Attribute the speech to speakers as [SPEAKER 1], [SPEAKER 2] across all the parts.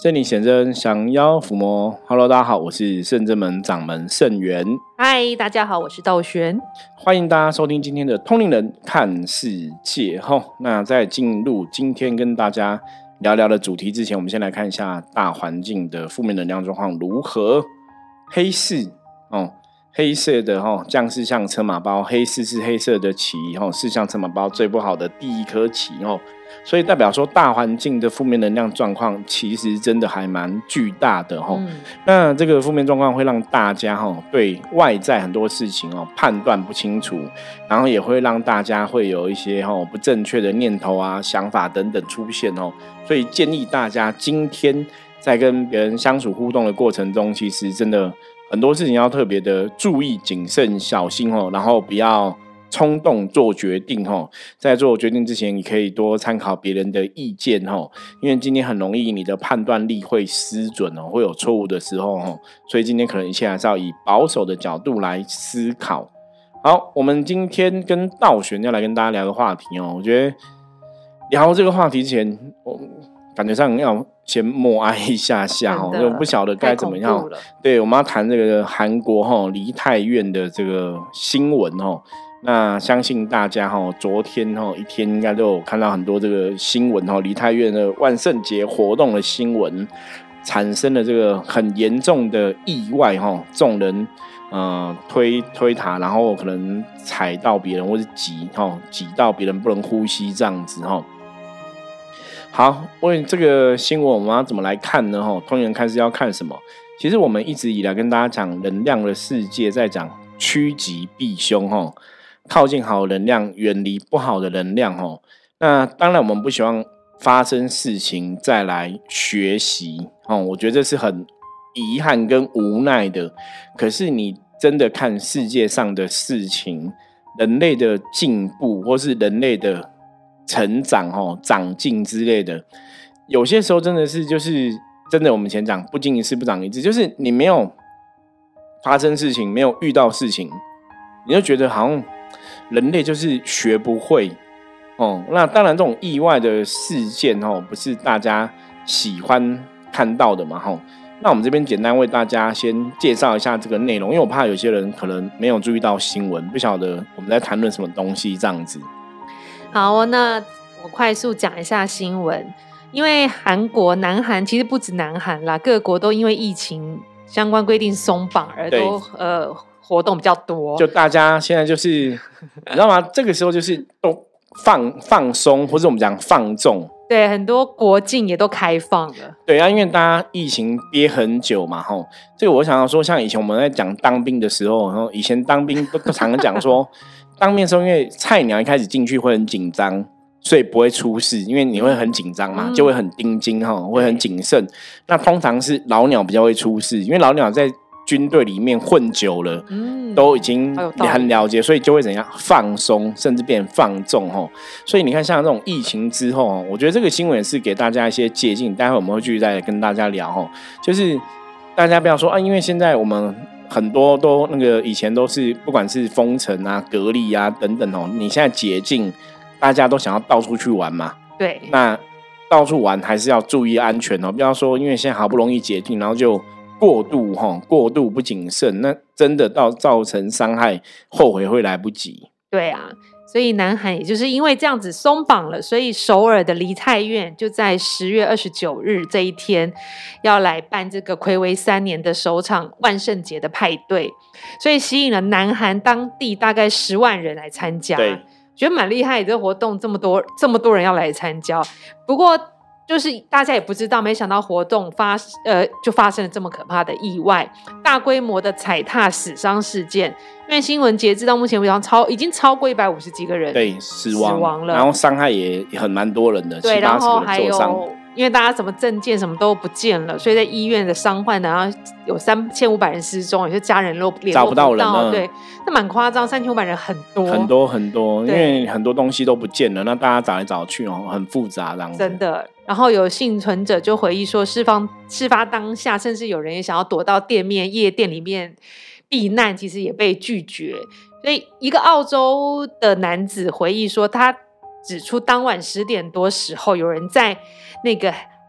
[SPEAKER 1] 圣灵显真，降妖伏魔。Hello， 大家好，我是圣真门掌门圣元。
[SPEAKER 2] 嗨，大家好，我是道玄。
[SPEAKER 1] 欢迎大家收听今天的通灵人看世界。那在进入今天跟大家聊聊的主题之前，我们先来看一下大环境的负面能量状况如何。黑市黑色的将士像车马包，黑市是黑色的旗是像车马包最不好的第一颗旗所以代表说大环境的负面能量状况其实真的还蛮巨大的那这个负面状况会让大家对外在很多事情判断不清楚，然后也会让大家会有一些不正确的念头啊、想法等等出现所以建议大家今天在跟别人相处互动的过程中，其实真的很多事情要特别的注意、谨慎、小心然后不要冲动做决定在做决定之前，你可以多参考别人的意见因为今天很容易你的判断力会失准会有错误的时候所以今天可能一切还是要以保守的角度来思考。好，我们今天跟道玄要来跟大家聊个话题我觉得聊这个话题之前，我感觉上要先默哀一下下就不晓得该怎么样。对，我们要谈这个韩国梨泰院的这个新闻那相信大家昨天一天应该都有看到很多这个新闻梨泰院的万圣节活动的新闻，产生了这个很严重的意外众人推塔，然后可能踩到别人或是挤到别人不能呼吸这样子好，为这个新闻我们要怎么来看呢通灵人看是要看什么？其实我们一直以来跟大家讲能量的世界，在讲趋吉避凶靠近好能量，远离不好的能量那当然我们不希望发生事情再来学习我觉得这是很遗憾跟无奈的。可是你真的看世界上的事情，人类的进步或是人类的成长长进之类的，有些时候真的是就是真的我们以前讲不经一事不长一智，就是你没有发生事情，没有遇到事情，你就觉得好像人类就是学不会那当然这种意外的事件不是大家喜欢看到的嘛那我们这边简单为大家先介绍一下这个内容，因为我怕有些人可能没有注意到新闻，不晓得我们在谈论什么东西这样子。
[SPEAKER 2] 好，那我快速讲一下新闻。因为南韩其实不止南韩啦，各国都因为疫情相关规定松绑而都活动比较多，就
[SPEAKER 1] 大家现在就是你知道吗？这个时候就是都放松，或者我们讲放纵。
[SPEAKER 2] 对，很多国境也都开放了。
[SPEAKER 1] 对啊，因为大家疫情憋很久嘛这个我想要说，像以前我们在讲当兵的时候以前当兵都常常讲说当兵的时候，因为菜鸟一开始进去会很紧张，所以不会出事，因为你会很紧张嘛就会很盯紧会很谨慎。那通常是老鸟比较会出事，因为老鸟在军队里面混久了都已经很了解，所以就会怎样放松，甚至变放纵所以你看像这种疫情之后我觉得这个新闻也是给大家一些借鉴，待会我们会继续再跟大家聊就是大家不要说因为现在我们很多都那个以前都是不管是封城啊、隔离啊等等你现在解禁，大家都想要到处去玩嘛。
[SPEAKER 2] 对，
[SPEAKER 1] 那到处玩还是要注意安全不要说因为现在好不容易解禁，然后就过度不谨慎，那真的造成伤害，后悔会来不及。
[SPEAKER 2] 对啊，所以南韩也就是因为这样子松绑了，所以首尔的梨泰院就在10月29日这一天要来办这个睽违3年的首场万圣节的派对，所以吸引了南韩当地大概10万人来参加。
[SPEAKER 1] 对，
[SPEAKER 2] 觉得蛮厉害，这个活动这么多人要来参加。不过就是大家也不知道，没想到活动就发生了这么可怕的意外，大规模的踩踏死伤事件。因为新闻截至到目前为止已经超过150几个人死亡了，
[SPEAKER 1] 然后伤害也很蛮多人的，
[SPEAKER 2] 对，然后还有
[SPEAKER 1] 受伤。
[SPEAKER 2] 因为大家什么证件什么都不见了，所以在医院的伤患然后有3500人失踪，有些家人联络不到人对，那蛮夸张，3500人很多
[SPEAKER 1] 很多，因为很多东西都不见了，那大家找来找去很复杂这样子。
[SPEAKER 2] 真的。然后有幸存者就回忆说，事发当下，甚至有人也想要躲到店面、夜店里面避难，其实也被拒绝。所以一个澳洲的男子回忆说，他指出当晚10点多时候，有人在那个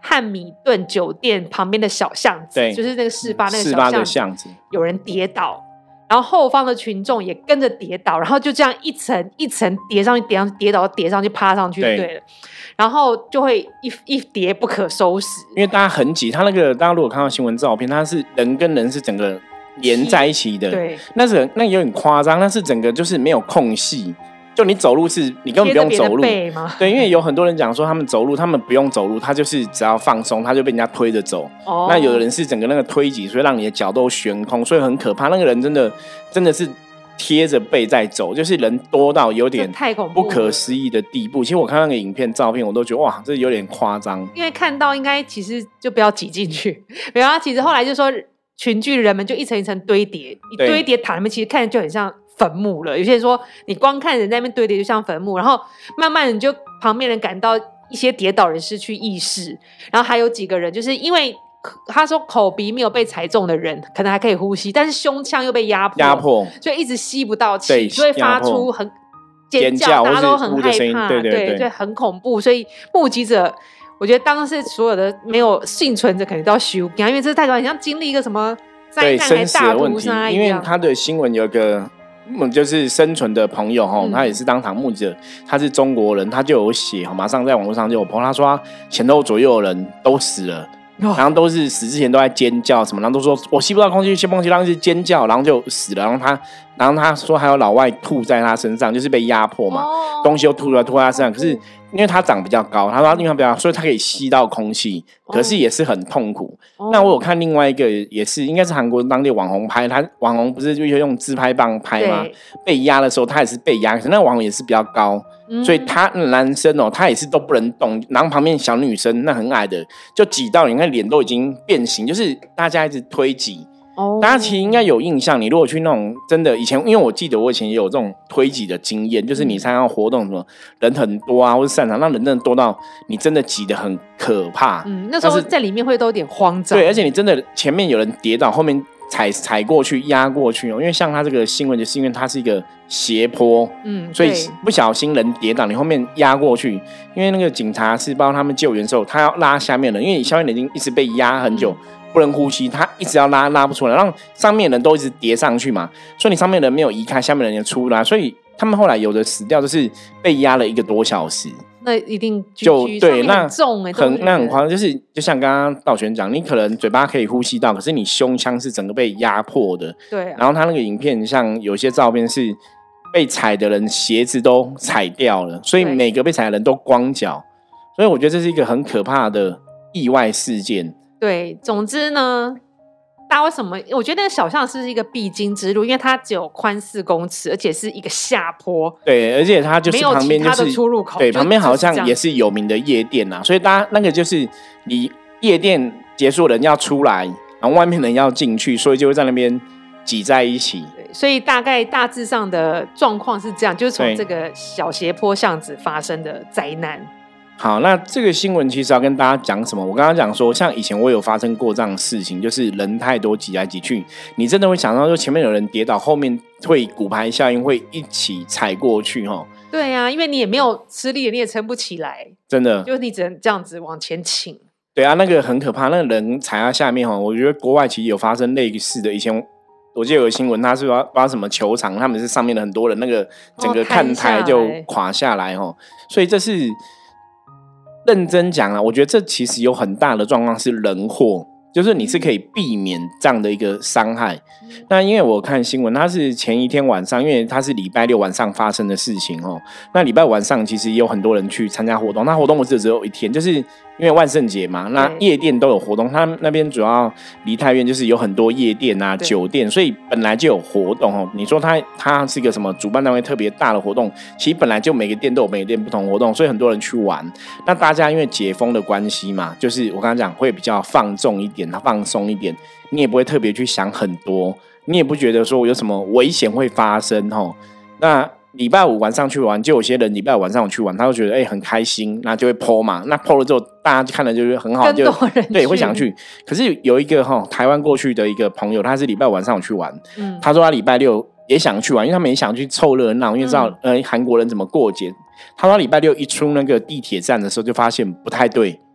[SPEAKER 2] 汉米顿酒店旁边的小巷子，
[SPEAKER 1] 对，
[SPEAKER 2] 就是那个事发那个
[SPEAKER 1] 事发
[SPEAKER 2] 小巷子，
[SPEAKER 1] 的巷子
[SPEAKER 2] 有人跌倒，然后后方的群众也跟着跌倒，然后就这样一层一层叠上去，跌倒跌上去，趴上去就对了。然后就会一叠不可收拾，
[SPEAKER 1] 因为大家很挤，他那个大家如果看到新闻照片，他是人跟人是整个连在一起的，
[SPEAKER 2] 对，
[SPEAKER 1] 那有点夸张，那是整个就是没有空隙，就你走路是你根本不用走路，对，因为有很多人讲说他们走路，他们不用走路，他就是只要放松，他就被人家推着走。那有的人是整个那个推挤，所以让你的脚都悬空，所以很可怕。那个人真的是贴着背在走，就是人多到有点不可思议的地步。其实我看那个影片照片，我都觉得哇，这有点夸张。
[SPEAKER 2] 因为看到应该其实就不要挤进去，然后其实后来就说群聚的人们就一层一层堆叠，你堆叠躺那边，其实看着就很像坟墓了。有些人说你光看人在那边堆叠就像坟墓，然后慢慢的你就旁边人感到一些跌倒人失去意识，然后还有几个人就是因为他说口鼻没有被踩中的人可能还可以呼吸，但是胸腔又被压迫，所以一直吸不到气，所以发出很尖叫，大家都很害怕，对，所以很恐怖。所以目击者，我觉得当时所有的没有幸存者肯定都要休假，因为这是太可怕，像经历一个什么灾难还是大屠杀一样。
[SPEAKER 1] 因为他的新闻有个就是生存的朋友他也是当场目击者，他是中国人，他就有写，马上在网络上就有 po， 他说他前后左右的人都死了。然后都是死之前都在尖叫什么，然后都说我吸不到空气，吸不到空气，然后是尖叫，然后就死了。然后他说还有老外吐在他身上，就是被压迫嘛，东西又吐在他身上。可是因为他长比较高，他说因为他比较高，所以他可以吸到空气，可是也是很痛苦。那我有看另外一个也是，应该是韩国当地网红拍，他网红不是就用自拍棒拍吗？被压的时候他也是被压，可是那网红也是比较高。所以他男生他也是都不能动，然后旁边小女生那很矮的就挤到你看脸都已经变形，就是大家一直推挤。大家其实应该有印象，你如果去那种真的以前，因为我记得我以前也有这种推挤的经验，就是你参加活动什么人很多啊，或者散场，让人真的多到你真的挤得很可怕。
[SPEAKER 2] 那时候在里面会都有点慌张。
[SPEAKER 1] 对，而且你真的前面有人跌倒，后面踩过去压过去因为像他这个新闻就是因为它是一个斜坡，所以不小心人跌倒，你后面压过去，因为那个警察是包括他们救援的时候，他要拉下面人，因为你下面人已经一直被压很久。不能呼吸，他一直要拉不出来，让上面的人都一直叠上去嘛，所以你上面的人没有移开，下面的人也出来，所以他们后来有的死掉就是被压了1个多小时。
[SPEAKER 2] 那一定
[SPEAKER 1] 就对，那
[SPEAKER 2] 很重
[SPEAKER 1] 那很夸张，就像刚刚道玄讲，你可能嘴巴可以呼吸到，可是你胸腔是整个被压迫的。
[SPEAKER 2] 对
[SPEAKER 1] 然后他那个影片，像有些照片是被踩的人鞋子都踩掉了，所以每个被踩的人都光脚，所以我觉得这是一个很可怕的意外事件。
[SPEAKER 2] 对，总之呢，大家为什么？我觉得那个小巷是一个必经之路，因为它只有宽4公尺，而且是一个下坡。
[SPEAKER 1] 对，而且它就是旁边就是
[SPEAKER 2] 没有其他的出入口。
[SPEAKER 1] 对，旁边好像也是有名的夜店啊，所以大家那个就是你夜店结束的人要出来，然后外面人要进去，所以就会在那边挤在一起。
[SPEAKER 2] 对，所以大致上的状况是这样，就是从这个小斜坡巷子发生的灾难。
[SPEAKER 1] 好，那这个新闻其实要跟大家讲什么？我刚刚讲说，像以前我有发生过这样的事情，就是人太多挤来挤去，你真的会想到说前面有人跌倒，后面会骨牌效应会一起踩过去
[SPEAKER 2] 对啊，因为你也没有吃力，你也撑不起来，真的，就是你只能这样子往前倾。
[SPEAKER 1] 对啊，那个很可怕，那个人踩在下面我觉得国外其实有发生类似的，以前我记得有个新闻，他是不知道什么球场，他们是上面的很多人，那个整个看台就垮下来所以这是认真讲我觉得这其实有很大的状况是人祸，就是你是可以避免这样的一个伤害。那因为我看新闻，它是前一天晚上，因为它是礼拜6晚上发生的事情那礼拜晚上其实也有很多人去参加活动，那活动我只有1天，就是因为万圣节嘛，那夜店都有活动，他那边主要梨泰院就是有很多夜店啊酒店，所以本来就有活动你说它是一个什么主办单位特别大的活动，其实本来就每个店都有每个店不同活动，所以很多人去玩。那大家因为解封的关系嘛，就是我刚刚讲会比较放纵一点，放松一点，你也不会特别去想很多，你也不觉得说有什么危险会发生那礼拜5晚上去玩，就有些人礼拜5晚上去玩，他就觉得很开心，那就会 po 嘛，那 po 了之后大家看了就是很好，就对会想去。可是有一个台湾过去的一个朋友，他是礼拜5晚上去玩，他说他礼拜6也想去玩，因为他们也想去凑热闹，因为知道韩国人怎么过节。他说他礼拜6一出那个地铁站的时候就发现不太对，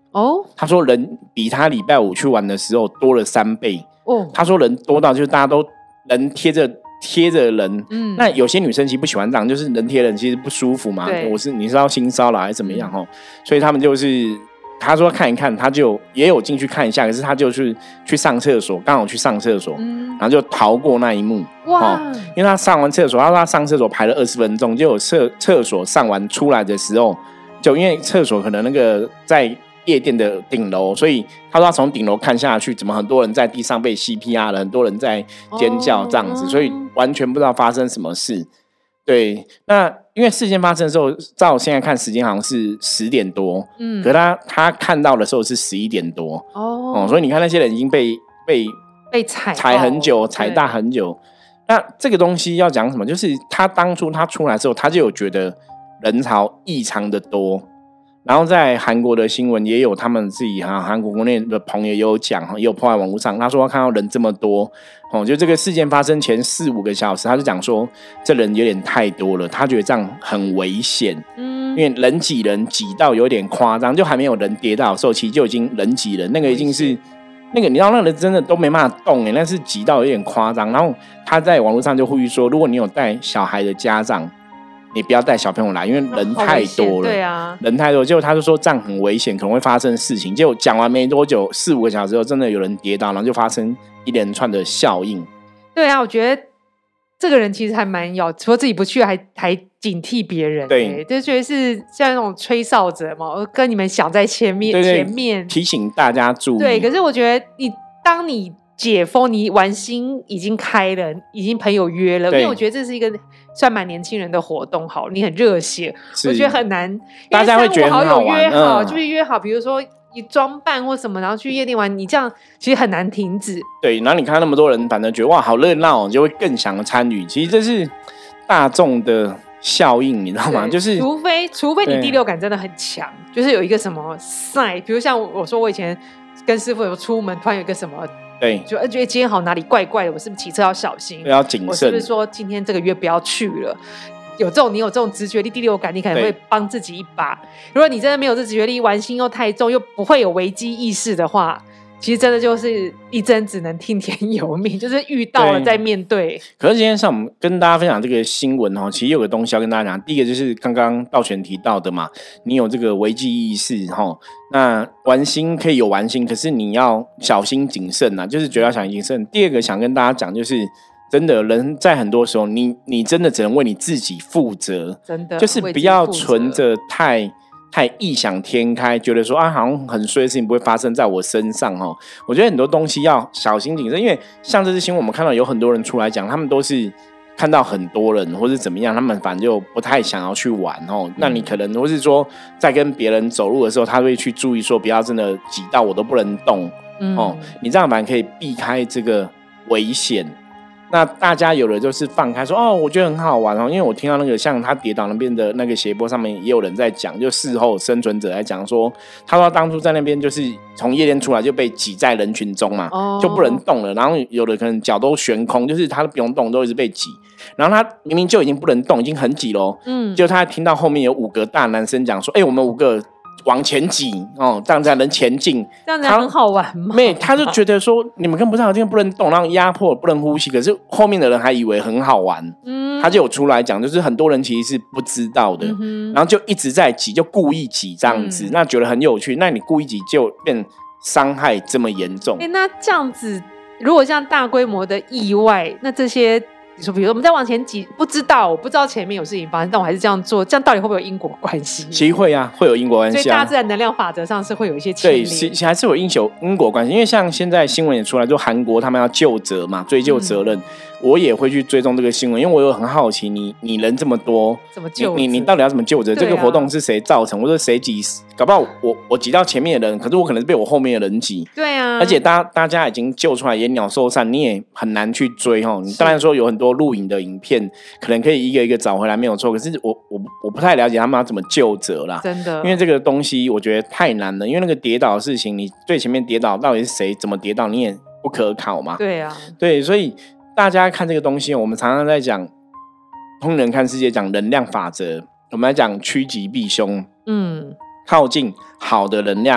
[SPEAKER 2] 哦，
[SPEAKER 1] 他说人比他礼拜五去玩的时候多了3倍。
[SPEAKER 2] 哦，
[SPEAKER 1] 他说人多到就是大家都人贴着人，那有些女生其实不喜欢这样，就是人贴人其实不舒服嘛。你是要性骚扰还是怎么样所以他们就是他说看一看，他就也有进去看一下，可是他就是去上厕所，刚好去上厕所，然后就逃过那一幕。哇！因为他上完厕所，他说他上厕所排了20分钟，结果厕所上完出来的时候，就因为厕所可能那个在夜店的顶楼，所以他说他从顶楼看下去，怎么很多人在地上被 CPR 了，很多人在尖叫这样子，所以完全不知道发生什么事。对，那因为事件发生的时候，照现在看时间好像是10点多，可他看到的时候是11点多所以你看那些人已经被踩很久，踩大很久。那这个东西要讲什么？就是他当初他出来之后，他就有觉得人潮异常的多。然后在韩国的新闻也有他们自己韩国国内的朋友也有讲，也有破在网络上。他说他看到人这么多就这个事件发生前4-5个小时，他就讲说这人有点太多了，他觉得这样很危险。因为人挤人挤到有点夸张，就还没有人跌倒的时候，其实就已经人挤人，那个已经是那个你知道那个人真的都没办法动那是挤到有点夸张。然后他在网络上就呼吁说，如果你有带小孩的家长，你不要带小朋友来，因为人太多了。对啊，人太多，结果他就说这样很危险，可能会发生事情。结果讲完没多久，4-5个小时后，真的有人跌倒，然后就发生一连串的效应。
[SPEAKER 2] 对啊，我觉得这个人其实还蛮有，除了自己不去，还警惕别人。对，就觉得是像那种吹哨者嘛，跟你们想在前面，
[SPEAKER 1] 提醒大家注意。
[SPEAKER 2] 对，可是我觉得当你解封，你玩心已经开了，已经朋友约了，因为我觉得这是一个算蛮年轻人的活动，好，你很热血，我觉得很难，
[SPEAKER 1] 大家会觉得很好玩，
[SPEAKER 2] 约好就是约好，比如说你装扮或什么，然后去夜店玩，你这样其实很难停止。
[SPEAKER 1] 对，然后你看那么多人，反正觉得哇好热闹，你就会更想参与。其实这是大众的效应，你知道吗？就是
[SPEAKER 2] 除非你第六感真的很强，就是有一个什么赛，比如像我说我以前跟师傅有出门，突然有一个什么。
[SPEAKER 1] 对，
[SPEAKER 2] 就觉得今天好哪里怪怪的，我是不是骑车要小心？
[SPEAKER 1] 要谨慎。
[SPEAKER 2] 我是不是说今天这个月不要去了？你有这种直觉力、第六感，你可能会帮自己一把。如果你真的没有这直觉力，玩心又太重，又不会有危机意识的话，其实真的就是一针只能听天由命，就是遇到了再面对。
[SPEAKER 1] 可是今天上我们跟大家分享这个新闻其实有个东西要跟大家讲。第一个就是刚刚道玄提到的嘛，你有这个危机意识那玩心可以有玩心，可是你要小心谨慎就是觉得要小心谨慎。第二个想跟大家讲就是。真的，人在很多时候，你真的只能为你自己负责，
[SPEAKER 2] 真的，
[SPEAKER 1] 就是不要存着太异想天开，觉得说好像很衰的事情不会发生在我身上我觉得很多东西要小心谨慎，因为像这次新闻，我们看到有很多人出来讲，他们都是看到很多人或是怎么样，他们反正就不太想要去玩那你可能或是说在跟别人走路的时候，他会去注意说不要真的挤到我都不能动你这样反而可以避开这个危险。那大家有的就是放开说我觉得很好玩因为我听到那个像他跌倒那边的那个斜坡上面也有人在讲，就事后生存者在讲说，他说他当初在那边就是从夜店出来就被挤在人群中嘛就不能动了，然后有的可能脚都悬空，就是他都不用动都一直被挤，然后他明明就已经不能动，已经很挤咯就他听到后面有5个大男生讲说我们5个往前挤这样才能前进，
[SPEAKER 2] 这样子很好玩吗？
[SPEAKER 1] 没，他就觉得说你们跟不上，今天不能动，然后压迫不能呼吸，可是后面的人还以为很好玩他就有出来讲，就是很多人其实是不知道的然后就一直在挤，就故意挤这样子那觉得很有趣，那你故意挤就变伤害这么严重
[SPEAKER 2] 那这样子如果像大规模的意外，那这些比如说我们再往前挤，我不知道前面有事情发生，但我还是这样做，这样到底会不会有因果关系？
[SPEAKER 1] 其实会会有因果关系
[SPEAKER 2] 所以大自然能量法则上是会有一些牵连，
[SPEAKER 1] 对，还是有因果关系。因为像现在新闻也出来，就韩国他们要究责嘛，追究责任我也会去追踪这个新闻，因为我有很好奇你人这么多，
[SPEAKER 2] 怎么救
[SPEAKER 1] 你到底要怎么救责？这个活动是谁造成，或者谁挤？搞不好我挤到前面的人，可是我可能是被我后面的人挤。
[SPEAKER 2] 对啊，
[SPEAKER 1] 而且大家已经救出来，也鸟兽散，你也很难去追你当然说有很多录影的影片，可能可以一个一个找回来没有错，可是我不太了解他们要怎么救责啦，
[SPEAKER 2] 真的，
[SPEAKER 1] 因为这个东西我觉得太难了，因为那个跌倒的事情，你最前面跌倒到底是谁怎么跌倒，你也不可考嘛。
[SPEAKER 2] 对啊，
[SPEAKER 1] 对，所以大家看这个东西，我们常常在讲通人看世界，讲能量法则，我们来讲趋吉避凶靠近好的能量，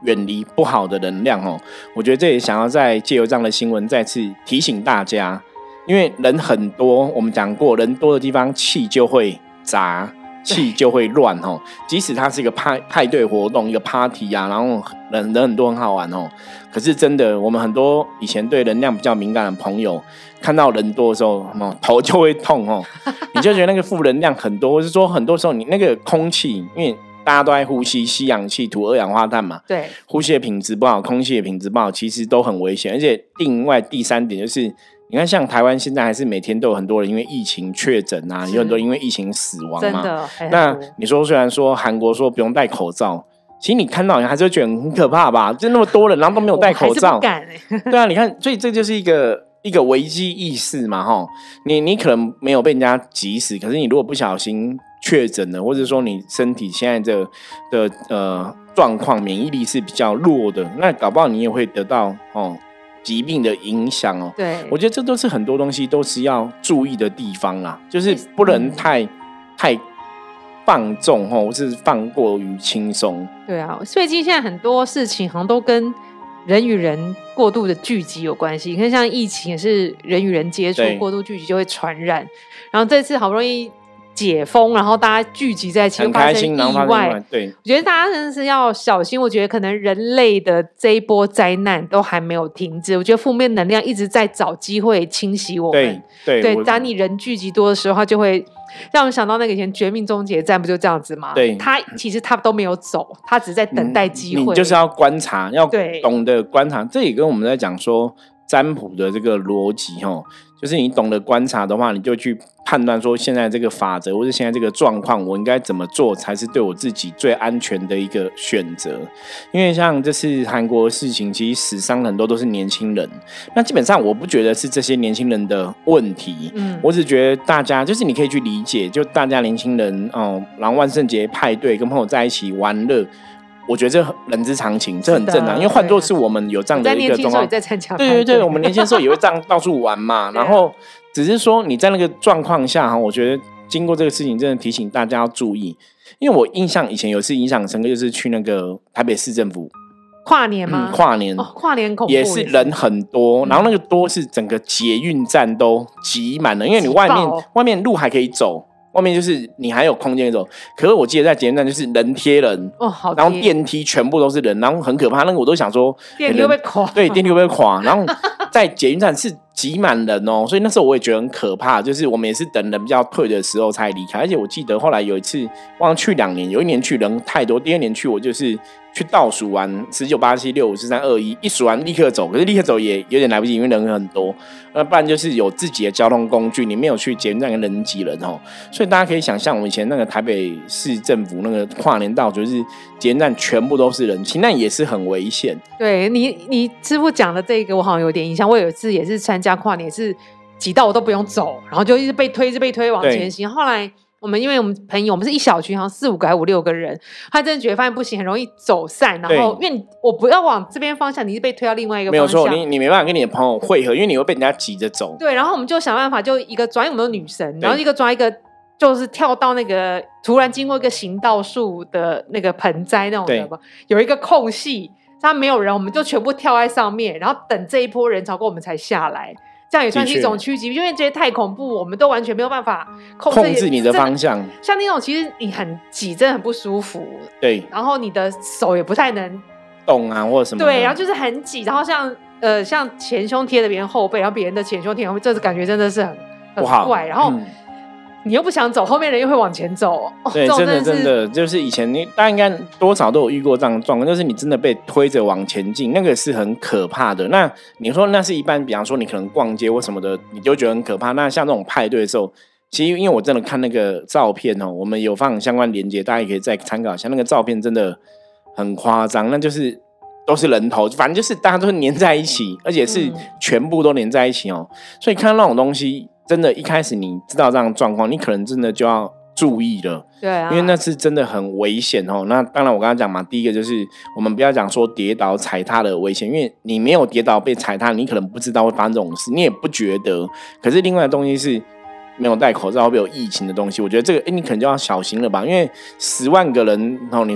[SPEAKER 1] 远离不好的能量哦。我觉得这也想要在借由这样的新闻再次提醒大家，因为人很多，我们讲过，人多的地方气就会杂，气就会乱哦。即使它是一个派对活动，一个 party 啊，然后人很多很好玩哦。可是真的，我们很多以前对能量比较敏感的朋友，看到人多的时候，头就会痛哦。你就觉得那个负能量很多，或是说很多时候你那个空气，因为大家都在呼吸，吸氧气吐二氧化碳嘛，
[SPEAKER 2] 对，
[SPEAKER 1] 呼吸的品质不好，空气的品质不好，其实都很危险。而且另外第三点就是，你看像台湾现在还是每天都有很多人因为疫情确诊啊，有很多因为疫情死亡嘛。
[SPEAKER 2] 真的，
[SPEAKER 1] 那你说虽然说韩国说不用戴口罩，其实你看到你还是会觉得很可怕吧？就那么多人，然后都没有戴口罩，
[SPEAKER 2] 我还是不敢欸。
[SPEAKER 1] 对啊，你看，所以这就是一个危机意识嘛，哈。你可能没有被人家挤死，可是你如果不小心确诊了，或者说你身体现在的状况，免疫力是比较弱的，那搞不好你也会得到疾病的影响哦。
[SPEAKER 2] 对，
[SPEAKER 1] 我觉得这都是很多东西都是要注意的地方啦，就是不能太放纵或是放过于轻松。
[SPEAKER 2] 对啊，最近现在很多事情好像都跟人与人过度的聚集有关系。你看，像疫情也是人与人接触过度聚集就会传染，然后这次好不容易解封，然后大家聚集在一起，
[SPEAKER 1] 很开心，然后发生意外。对，
[SPEAKER 2] 我觉得大家真的是要小心。我觉得可能人类的这一波灾难都还没有停止，我觉得负面能量一直在找机会侵袭我们。对，当你人聚集多的时候，它就会让我想到那个以前《绝命终结战》不就这样子吗？
[SPEAKER 1] 对，
[SPEAKER 2] 其实他都没有走，他只是在等待机会。
[SPEAKER 1] 你就是要观察，要懂得观察。这也跟我们在讲说占卜的这个逻辑就是你懂得观察的话，你就去判断说现在这个法则或者现在这个状况，我应该怎么做才是对我自己最安全的一个选择。因为像这次韩国的事情，其实死伤很多都是年轻人，那基本上我不觉得是这些年轻人的问题，我只觉得大家就是你可以去理解，就大家年轻人然后万圣节派对跟朋友在一起玩乐。我觉得这人之常情，这很正常。因为换作是我们有这样的一个状况，对，我们年轻的时候也会这样到处玩嘛。然后只是说你在那个状况下我觉得经过这个事情，真的提醒大家要注意。因为我印象以前有一次印象深刻，就是去那个台北市政府
[SPEAKER 2] 跨年吗？
[SPEAKER 1] 跨年
[SPEAKER 2] 恐怖
[SPEAKER 1] 也是人很多，然后那个多是整个捷运站都挤满了，因为你外面路还可以走。外面就是你还有空间走，可是我记得在捷运站就是人贴人，然后电梯全部都是人，然后很可怕。那个我都想说，
[SPEAKER 2] 电梯会被垮，
[SPEAKER 1] 对，电梯会被垮。然后在捷运站是挤满人哦，所以那时候我也觉得很可怕。就是我们也是等人比较退的时候才离开，而且我记得后来有一次，忘了去2年，有1年去人太多，第2年去我就是去倒数完19、87、65、43、21，一数完立刻走，可是立刻走也有点来不及，因为人很多。不然就是有自己的交通工具，你没有去捷运站跟人挤人所以大家可以想象，我以前那个台北市政府那个跨年倒数，就是捷运站全部都是人，其实那也是很危险。
[SPEAKER 2] 对你师父讲的这个，我好像有点印象。我有一次也是参加跨年，是挤到我都不用走，然后就一直被推往前行。后来因为我们朋友，我们是一小群，好像4、5个还5、6个人，他真的觉得发现不行，很容易走散。然后因为我不要往这边方向，你是被推到另外一个方向，
[SPEAKER 1] 没有错，你没办法跟你的朋友汇合，因为你会被人家挤着走。
[SPEAKER 2] 对，然后我们就想办法，就一个抓，因为我们都女生，然后一个抓一个，就是跳到那个突然经过一个行道树的那个盆栽那种的，有一个空隙，它没有人，我们就全部跳在上面，然后等这一波人潮过，我们才下来。这样也算是一种趋吉，因为觉得太恐怖，我们都完全没有办法控制
[SPEAKER 1] 你的方向。
[SPEAKER 2] 像那种其实你很挤，真的很不舒服。
[SPEAKER 1] 对，
[SPEAKER 2] 然后你的手也不太能
[SPEAKER 1] 动啊，或者什么。
[SPEAKER 2] 对，然后就是很挤，然后像前胸贴着别人后背，然后别人的前胸贴后背，这个感觉真的是很怪。然后你又不想走，后面人又会往前走。
[SPEAKER 1] 对，真的就是以前大家应该多少都有遇过这样的状况，就是你真的被推着往前进，那个是很可怕的。那你说那是一般，比方说你可能逛街或什么的，你就觉得很可怕。那像这种派对的时候，其实因为我真的看那个照片我们有放相关连结，大家也可以再参考一下。那个照片真的很夸张，那就是都是人头，反正就是大家都是黏在一起，而且是全部都黏在一起所以看到那种东西，真的一开始你知道这样的状况，你可能真的就要注意了。
[SPEAKER 2] 对啊，
[SPEAKER 1] 因为那是真的很危险那当然我刚刚讲嘛，第一个就是我们不要讲说跌倒踩踏的危险，因为你没有跌倒被踩踏，你可能不知道会发生这种事，你也不觉得。可是另外的东西是没有戴口罩会不会有疫情的东西，我觉得这个你可能就要小心了吧。因为10万个人你说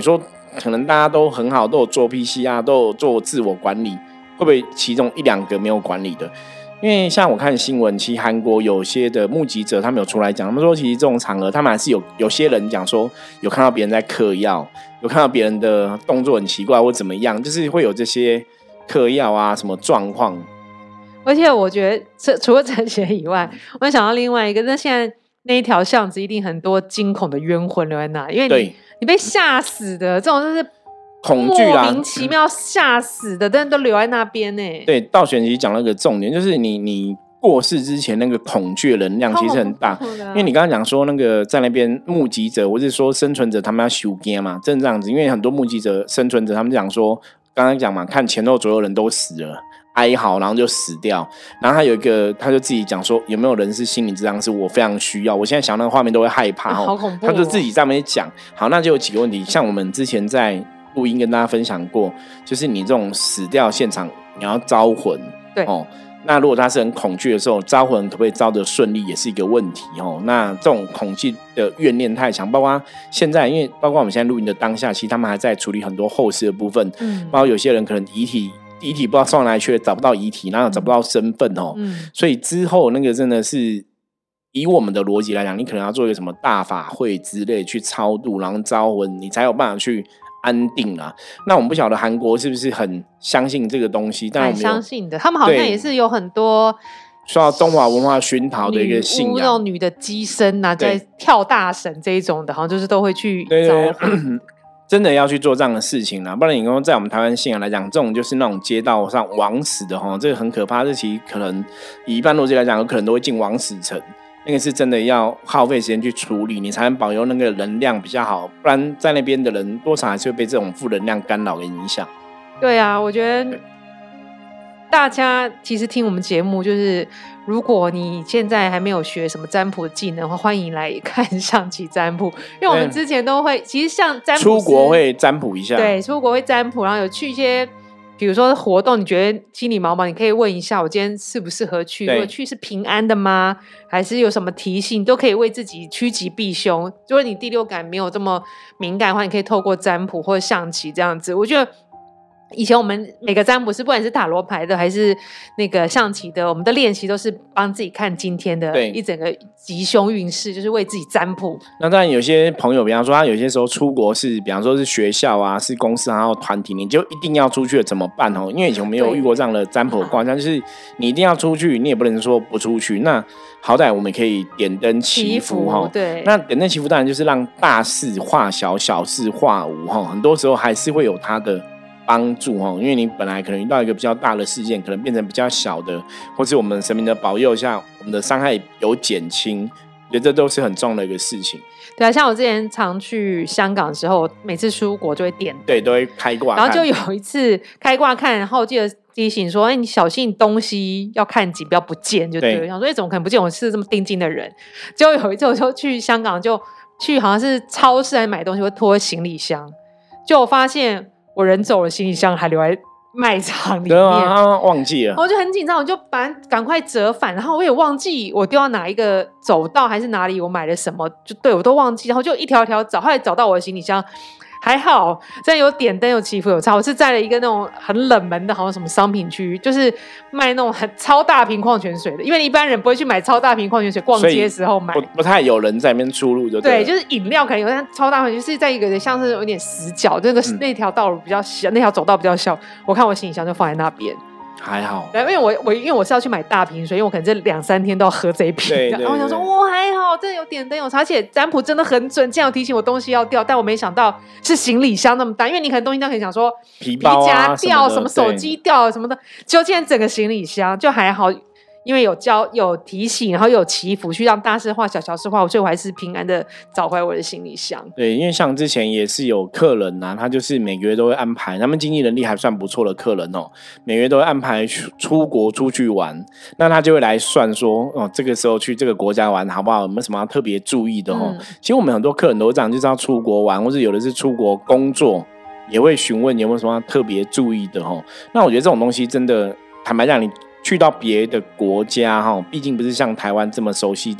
[SPEAKER 1] 可能大家都很好，都有做 PCR， 都有做自我管理，会不会其中1-2个没有管理的？因为像我看新闻，其实韩国有些的目击者他们有出来讲，他们说其实这种场合他们还是有些人讲说有看到别人在嗑药，有看到别人的动作很奇怪或怎么样，就是会有这些嗑药啊什么状况。
[SPEAKER 2] 而且我觉得除了这些以外，我想到另外一个，那现在那一条巷子一定很多惊恐的冤魂留在那，因为你被吓死的这种就是
[SPEAKER 1] 恐惧啦，
[SPEAKER 2] 莫名其妙吓死的，但都留在那边呢。
[SPEAKER 1] 对，道玄其实讲了一个重点，就是你过世之前那个恐惧的能量其实很大，因为你刚刚讲说那个在那边目击者或是说生存者他们要收惊嘛，真的这样子，因为很多目击者生存者他们讲说，刚刚讲嘛，看前后左右人都死了，哀嚎然后就死掉，然后他有一个他就自己讲说有没有人是心理治疗师，我非常需要，我现在想那个画面都会害怕，
[SPEAKER 2] 好恐怖
[SPEAKER 1] 他就自己在那边讲。好，那就有几个问题，像我们之前在录音跟大家分享过，就是你这种死掉现场你要招魂，
[SPEAKER 2] 对
[SPEAKER 1] 哦，那如果他是很恐惧的时候，招魂可不可以招得顺利也是一个问题哦。那这种恐惧的怨念太强，包括现在，因为包括我们现在录音的当下，其实他们还在处理很多后事的部分，包括有些人可能遗体不知道送哪里去了，找不到遗体，然后找不到身份哦，所以之后那个真的是以我们的逻辑来讲，你可能要做一个什么大法会之类去超度，然后招魂，你才有办法去安定啦。那我们不晓得韩国是不是很相信这个东西，但我们
[SPEAKER 2] 相信的，他们好像也是有很多
[SPEAKER 1] 受到中华文化熏陶的一个信仰，
[SPEAKER 2] 那种女的机身啊，在跳大神这一种的，好像就是都会去招魂。
[SPEAKER 1] 真的要去做这样的事情啦，不然你说在我们台湾信仰来讲，这种就是那种街道上枉死的齁，这个很可怕。这其实可能以一般逻辑来讲，有可能都会进枉死城。那个是真的要耗费时间去处理，你才能保佑那个能量比较好，不然在那边的人多少还是会被这种负能量干扰给影响。
[SPEAKER 2] 对啊，我觉得大家其实听我们节目，就是如果你现在还没有学什么占卜技能的话，欢迎来看象棋占卜，因为我们之前都会，其实像占卜
[SPEAKER 1] 出国会占卜一下，
[SPEAKER 2] 对，出国会占卜，然后有去一些比如说活动，你觉得心里毛毛，你可以问一下我今天适不适合去，如果去是平安的吗，还是有什么提醒，都可以为自己趋吉避凶。如果你第六感没有这么敏感的话，你可以透过占卜或者象棋这样子。我觉得以前我们每个占卜师，不管是塔罗牌的还是那个象棋的，我们的练习都是帮自己看今天的一整个吉凶运势，就是为自己占卜。
[SPEAKER 1] 那当然有些朋友，比方说他有些时候出国是，比方说是学校啊，是公司还有团体，你就一定要出去了怎么办哦？因为以前我没有遇过这样的占卜卦象，就是你一定要出去，你也不能说不出去。那好歹我们可以点灯祈福哈，
[SPEAKER 2] 对。
[SPEAKER 1] 那点灯祈福当然就是让大事化小，小事化无哈。很多时候还是会有它的帮助，因为你本来可能遇到一个比较大的事件，可能变成比较小的，或是我们神明的保佑下，我们的伤害有减轻，我觉得这都是很重要的一个事情。
[SPEAKER 2] 对啊，像我之前常去香港的时候，每次出国就会点灯，
[SPEAKER 1] 对，都会开挂看，
[SPEAKER 2] 然后就有一次开挂看，然后记得提醒说，你小心东西要看紧，不要不见就对了。想说，怎么可能不见？我是这么定睛的人。结果有一次我就去香港，就去好像是超市来买东西，会拖行李箱，就我发现我人走了，行李箱还留在卖场里面，
[SPEAKER 1] 对啊，忘记了，
[SPEAKER 2] 我就很紧张，我就赶快折返，然后我也忘记我丢到哪一个走道还是哪里，我买了什么，就对我都忘记，然后就一条条找，后来找到我的行李箱。还好，真的有点灯，有祈福，有差。我是在了一个那种很冷门的，好像什么商品区，就是卖那种很超大瓶矿泉水的。因为一般人不会去买超大瓶矿泉水，逛街的时候买，
[SPEAKER 1] 不太有人在那边出入，
[SPEAKER 2] 对，就是饮料可能有，但超大瓶就是在一个像是有点死角，那条道路比较小，那条走道比较小。我看我行李箱就放在那边。
[SPEAKER 1] 还好，
[SPEAKER 2] 因为我是要去买大瓶水，因为我可能这2-3天都要喝这一瓶。
[SPEAKER 1] 对，
[SPEAKER 2] 然后我想说，还好，真的有点灯有差，而且占卜真的很准，竟然有提醒我东西要掉，但我没想到是行李箱那么大，因为你可能东西掉，可以想说
[SPEAKER 1] 皮包
[SPEAKER 2] 夹掉，什么手机掉什么的，就竟然整个行李箱就还好。因为有提醒，然后有祈福，去让大事化小，小事化无，所以我还是平安的找回我的行李箱。
[SPEAKER 1] 对，因为像之前也是有客人啊，他就是每个月都会安排，他们经济能力还算不错的客人哦，每个月都会安排出国出去玩，那他就会来算说，这个时候去这个国家玩好不好？有没有什么要特别注意的哦？其实我们很多客人都这样，就是要出国玩，或者有的是出国工作，也会询问有没有什么要特别注意的哦。那我觉得这种东西真的，坦白讲，你去到别的国家，毕竟不是像台湾这么熟悉的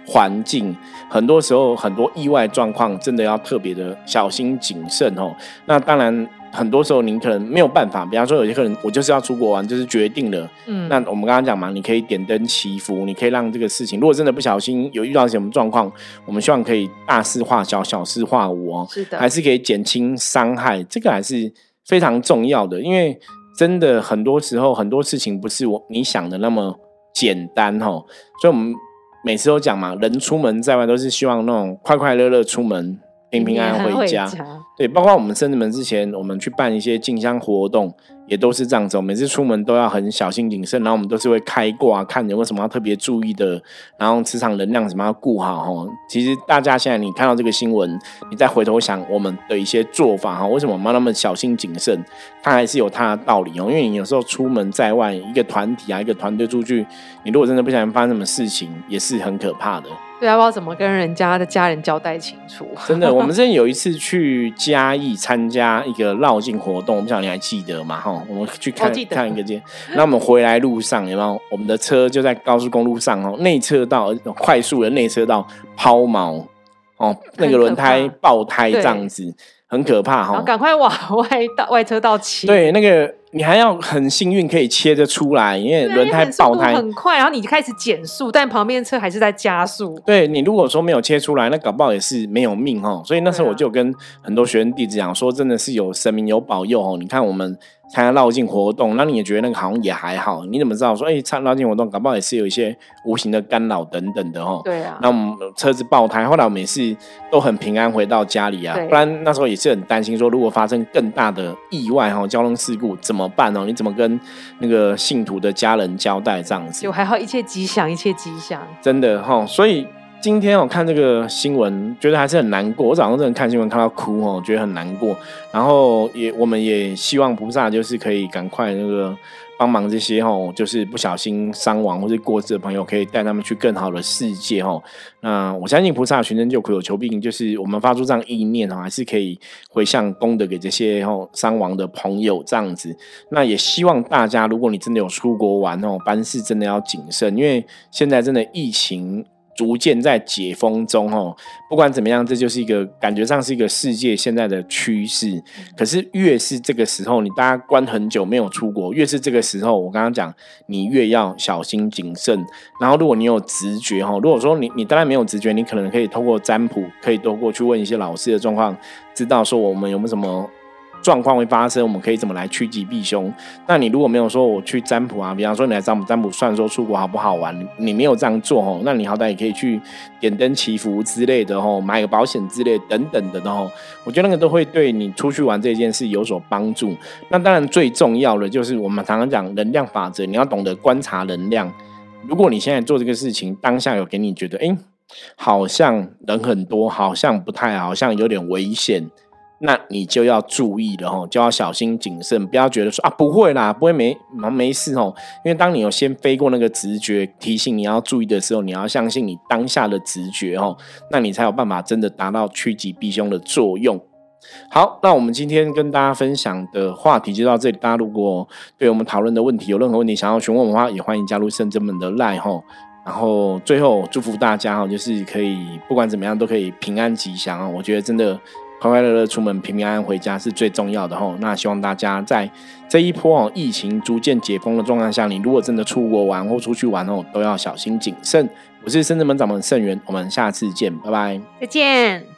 [SPEAKER 1] 环境，很多时候很多意外状况真的要特别的小心谨慎哦。那当然很多时候您可能没有办法，比方说有些客人我就是要出国玩，就是决定了，那我们刚刚讲嘛，你可以点灯祈福，你可以让这个事情，如果真的不小心有遇到什么状况，我们希望可以大事化小，小事化无哦，
[SPEAKER 2] 是的，
[SPEAKER 1] 还是可以减轻伤害，这个还是非常重要的，因为真的很多时候很多事情不是你想的那么简单哦，所以我们每次都讲嘛，人出门在外都是希望那种快快乐乐出门，平平安安回家。对，包括我们甚至们之前我们去办一些进香活动，也都是这样子，每次出门都要很小心谨慎，然后我们都是会开挂看有没有什么要特别注意的，然后磁场能量什么要顾好。其实大家现在你看到这个新闻，你再回头想我们的一些做法，为什么我们要那么小心谨慎，它还是有它的道理，因为你有时候出门在外，一个团体一个团队出去，你如果真的不小心发生什么事情，也是很可怕的。
[SPEAKER 2] 对啊，不知道怎么跟人家的家人交代清楚。
[SPEAKER 1] 真的，我们之前有一次去嘉义参加一个绕境活动，我不晓得你还记得吗？我们去看一个街，那我们回来路上有没有？我们的车就在高速公路上内侧道快速的内车道抛锚那个轮胎爆胎这样子，很可怕
[SPEAKER 2] 然后赶快往外车道切。
[SPEAKER 1] 对，那个你还要很幸运可以切得出来，因为轮胎爆胎
[SPEAKER 2] 很快，然后你就开始减速，但旁边车还是在加速。
[SPEAKER 1] 对，你如果说没有切出来，那搞不好也是没有命所以那时候我就跟很多学生弟子讲说，真的是有神明有保佑你看我们参加绕境活动，那你也觉得那个好像也还好，你怎么知道说参加绕境活动搞不好也是有一些无形的干扰等等的
[SPEAKER 2] 对啊，
[SPEAKER 1] 那我们车子爆胎，后来我们也是都很平安回到家里啊，不然那时候也是很担心说如果发生更大的意外交通事故怎么办你怎么跟那个信徒的家人交代这样子？
[SPEAKER 2] 就还好，一切吉祥，一切吉祥，
[SPEAKER 1] 真的所以今天我看这个新闻，觉得还是很难过。我早上真的看新闻看到哭觉得很难过。然后我们也希望菩萨就是可以赶快那个帮忙这些就是不小心伤亡或是过世的朋友，可以带他们去更好的世界那我相信菩萨寻声救苦有求必应，就是我们发出这样意念还是可以回向功德给这些伤亡的朋友这样子。那也希望大家，如果你真的有出国玩办事真的要谨慎，因为现在真的疫情逐渐在解封中不管怎么样，这就是一个感觉上是一个世界现在的趋势。可是越是这个时候，你大家关很久没有出国，越是这个时候，我刚刚讲你越要小心谨慎。然后如果你有直觉如果说你当然没有直觉，你可能可以透过占卜，可以透过去问一些老师的状况，知道说我们有没有什么状况会发生，我们可以怎么来趋吉避凶。那你如果没有说我去占卜比方说你来占卜算说出国好不好玩，你没有这样做那你好歹也可以去点灯祈福之类的买个保险之类等等的我觉得那个都会对你出去玩这件事有所帮助。那当然最重要的就是我们常常讲能量法则，你要懂得观察能量。如果你现在做这个事情，当下有给你觉得好像人很多，好像不太好，像有点危险，那你就要注意了就要小心谨慎，不要觉得说不会啦，不会没事因为当你有先飞过那个直觉提醒你要注意的时候，你要相信你当下的直觉那你才有办法真的达到趋吉避凶的作用。好，那我们今天跟大家分享的话题就到这里。大家如果对我们讨论的问题有任何问题想要询问我的话，也欢迎加入圣真门的 LINE 然后最后祝福大家就是可以不管怎么样都可以平安吉祥我觉得真的快快乐乐出门，平平安安回家是最重要的那希望大家在这一波疫情逐渐解封的状况下，你如果真的出国玩或出去玩都要小心谨慎。我是圣真门掌门圣元，我们下次见，拜拜，
[SPEAKER 2] 再见。